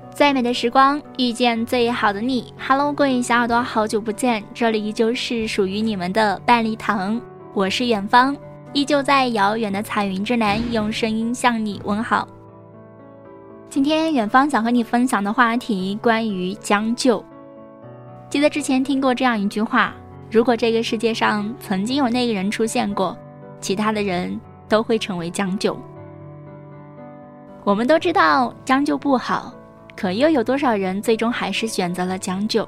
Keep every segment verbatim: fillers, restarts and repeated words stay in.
最美的时光遇见最好的你。 Hello， 各位小耳朵，好久不见，这里依旧是属于你们的半粒糖，我是远方，依旧在遥远的彩云之南，用声音向你问好。今天远方想和你分享的话题关于将就。记得之前听过这样一句话，如果这个世界上曾经有那个人出现过，其他的人都会成为将就。我们都知道将就不好，可又有多少人最终还是选择了将就？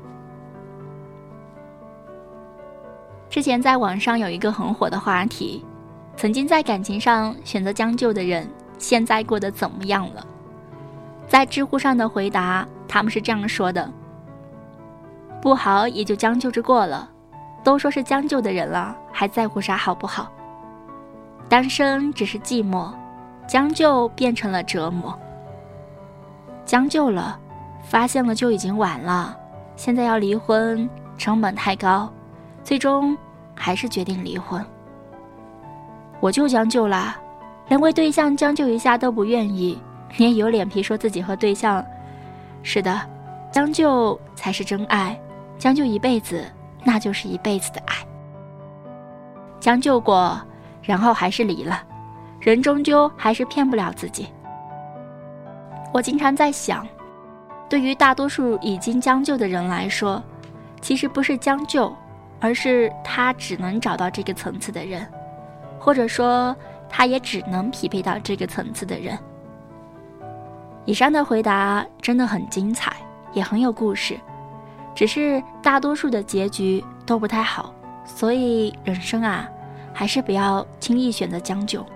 之前在网上有一个很火的话题，曾经在感情上选择将就的人，现在过得怎么样了？在知乎上的回答，他们是这样说的：不好也就将就着过了，都说是将就的人了，还在乎啥好不好？单身只是寂寞，将就变成了折磨。将就了，发现了就已经晚了，现在要离婚，成本太高，最终还是决定离婚。我就将就啦，连为对象将就一下都不愿意，你也有脸皮说自己和对象？是的，将就才是真爱，将就一辈子，那就是一辈子的爱。将就过，然后还是离了，人终究还是骗不了自己。我经常在想，对于大多数已经将就的人来说，其实不是将就，而是他只能找到这个层次的人，或者说他也只能匹配到这个层次的人。以上的回答真的很精彩，也很有故事，只是大多数的结局都不太好，所以人生啊，还是不要轻易选择将就。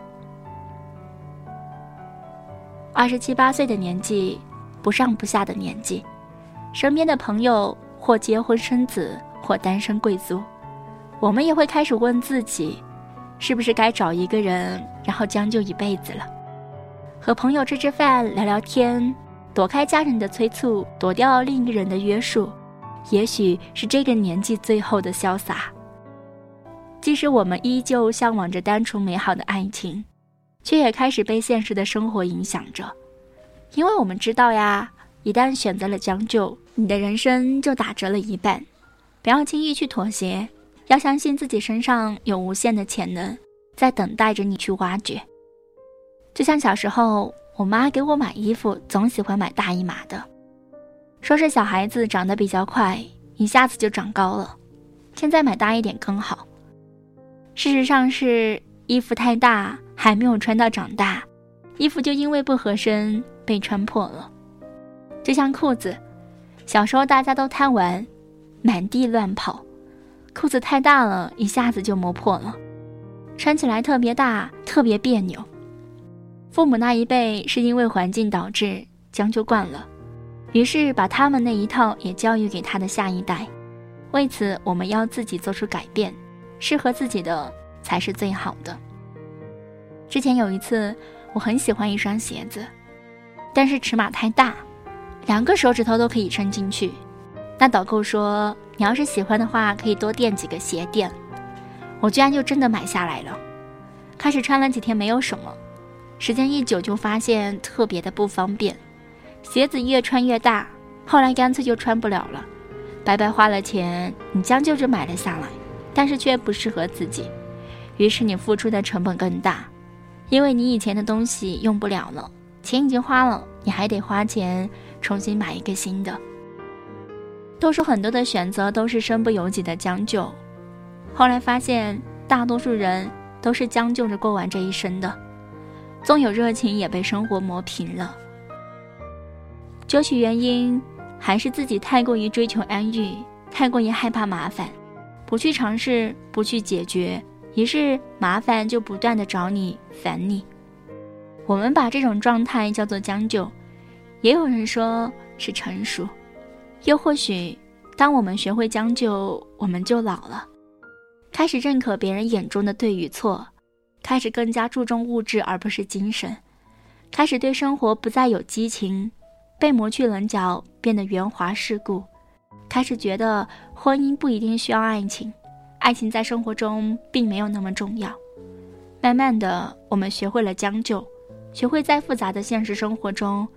二十七八岁的年纪，不上不下的年纪，身边的朋友或结婚生子，或单身贵族，我们也会开始问自己，是不是该找一个人，然后将就一辈子了？和朋友吃吃饭，聊聊天，躲开家人的催促，躲掉另一个人的约束，也许是这个年纪最后的潇洒。即使我们依旧向往着单纯美好的爱情，却也开始被现实的生活影响着。因为我们知道呀，一旦选择了将就，你的人生就打折了一半。不要轻易去妥协，要相信自己身上有无限的潜能，在等待着你去挖掘。就像小时候，我妈给我买衣服，总喜欢买大一码的，说是小孩子长得比较快，一下子就长高了，现在买大一点更好。事实上是衣服太大，还没有穿到长大，衣服就因为不合身被穿破了。就像裤子，小时候大家都贪玩，满地乱跑，裤子太大了，一下子就磨破了，穿起来特别大，特别别扭。父母那一辈是因为环境导致将就惯了，于是把他们那一套也教育给他的下一代。为此，我们要自己做出改变，适合自己的才是最好的。之前有一次，我很喜欢一双鞋子，但是尺码太大，两个手指头都可以伸进去。那导购说，你要是喜欢的话，可以多垫几个鞋垫。我居然就真的买下来了。开始穿了几天没有什么，时间一久就发现特别的不方便，鞋子越穿越大，后来干脆就穿不了了。白白花了钱，你将就着买了下来，但是却不适合自己，于是你付出的成本更大，因为你以前的东西用不了了，钱已经花了，你还得花钱重新买一个新的。都说很多的选择都是身不由己的将就，后来发现大多数人都是将就着过完这一生的，纵有热情也被生活磨平了。究其原因，还是自己太过于追求安逸，太过于害怕麻烦，不去尝试，不去解决，于是麻烦就不断地找你，烦你。我们把这种状态叫做将就，也有人说是成熟。又或许当我们学会将就，我们就老了，开始认可别人眼中的对与错，开始更加注重物质而不是精神，开始对生活不再有激情，被磨去棱角，变得圆滑世故，开始觉得婚姻不一定需要爱情，爱情在生活中并没有那么重要。慢慢的，我们学会了将就，学会在复杂的现实生活中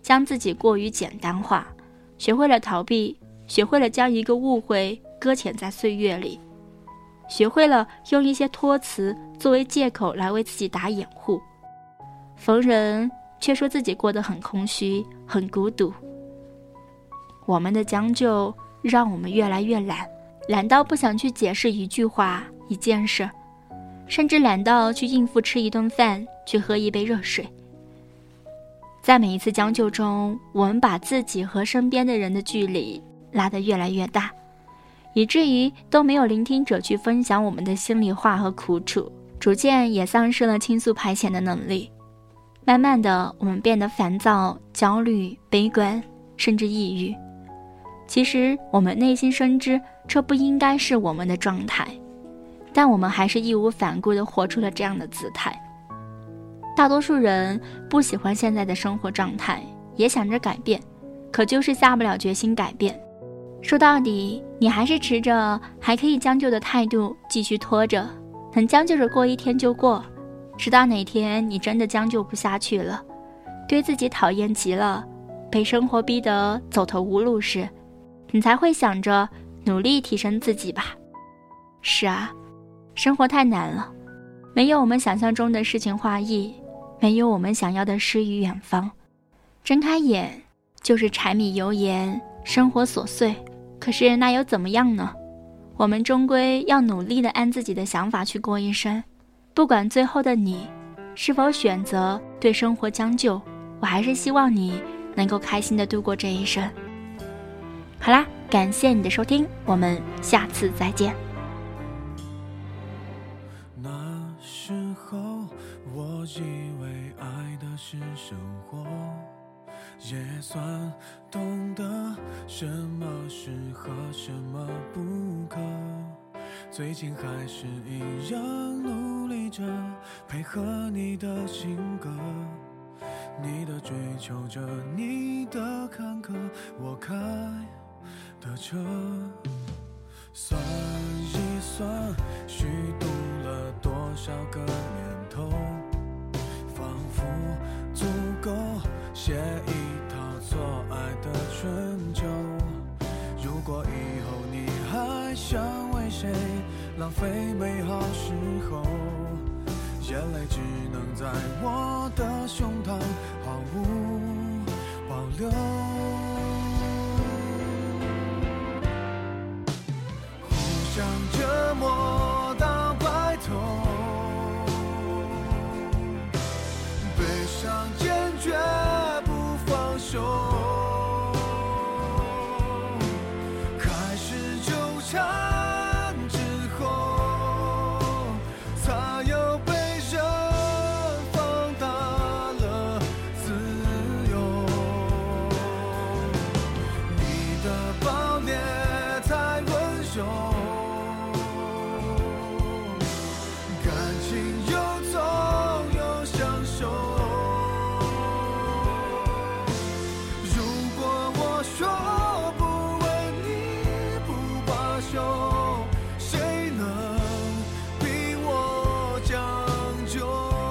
将自己过于简单化，学会了逃避，学会了将一个误会搁浅在岁月里，学会了用一些托词作为借口来为自己打掩护。逢人却说自己过得很空虚，很孤独。我们的将就让我们越来越懒，懒到不想去解释一句话、一件事，甚至懒到去应付吃一顿饭，去喝一杯热水。在每一次将就中，我们把自己和身边的人的距离拉得越来越大，以至于都没有聆听者去分享我们的心里话和苦楚，逐渐也丧失了倾诉排遣的能力。慢慢的，我们变得烦躁、焦虑、悲观，甚至抑郁。其实我们内心深知这不应该是我们的状态，但我们还是义无反顾地活出了这样的姿态。大多数人不喜欢现在的生活状态，也想着改变，可就是下不了决心改变。说到底，你还是持着还可以将就的态度继续拖着，能将就着过一天就过，直到哪天你真的将就不下去了，对自己讨厌极了，被生活逼得走投无路时，你才会想着努力提升自己吧。是啊，生活太难了，没有我们想象中的诗情画意，没有我们想要的诗与远方。睁开眼就是柴米油盐，生活琐碎，可是那又怎么样呢？我们终归要努力地按自己的想法去过一生。不管最后的你是否选择对生活将就，我还是希望你能够开心地度过这一生。好啦，感谢你的收听，我们下次再见。 那时候我以为爱的是生活，也算懂得什么适合什么不可，最近还是一样努力着配合你的性格，你的追求着，你的坎坷，我开的车。算一算虚度了多少个年头，仿佛足够写一套错爱的春秋。如果以后你还想为谁浪费美好时候，眼泪只能在我的胸膛毫无保留。互相折磨到白头，悲伤坚决不放手，开始纠缠之后，才有被人放大了自由。你的暴烈太温柔，感情又总有享受。如果我说不为你不罢休，谁能逼我将就？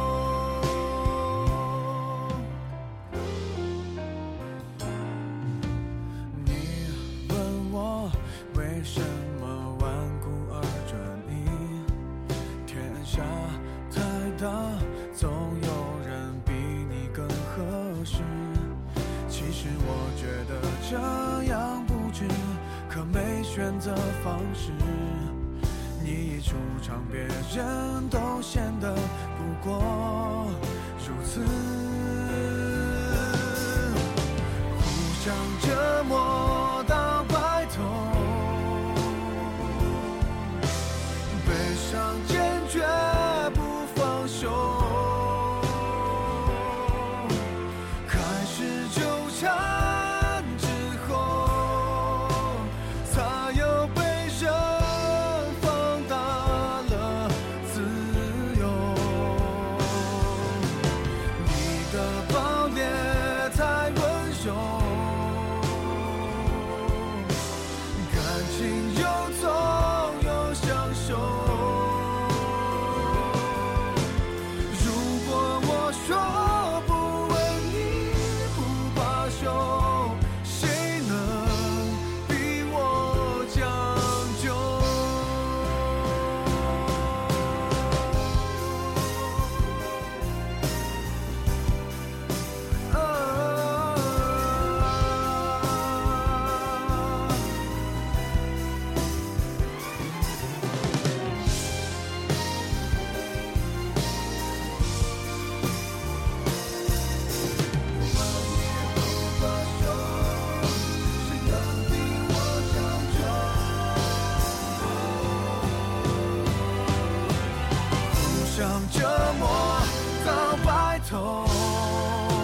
你问我为什么顽固而专一，天下太大，总有人比你更合适。其实我觉得这样不值，可没选择方式。你一出场，别人都显得不过如此。互相折磨到白头，悲伤坚决不放手，开始纠缠之后，才有被人放大了自由。你的暴烈太温柔， 想折磨到白头。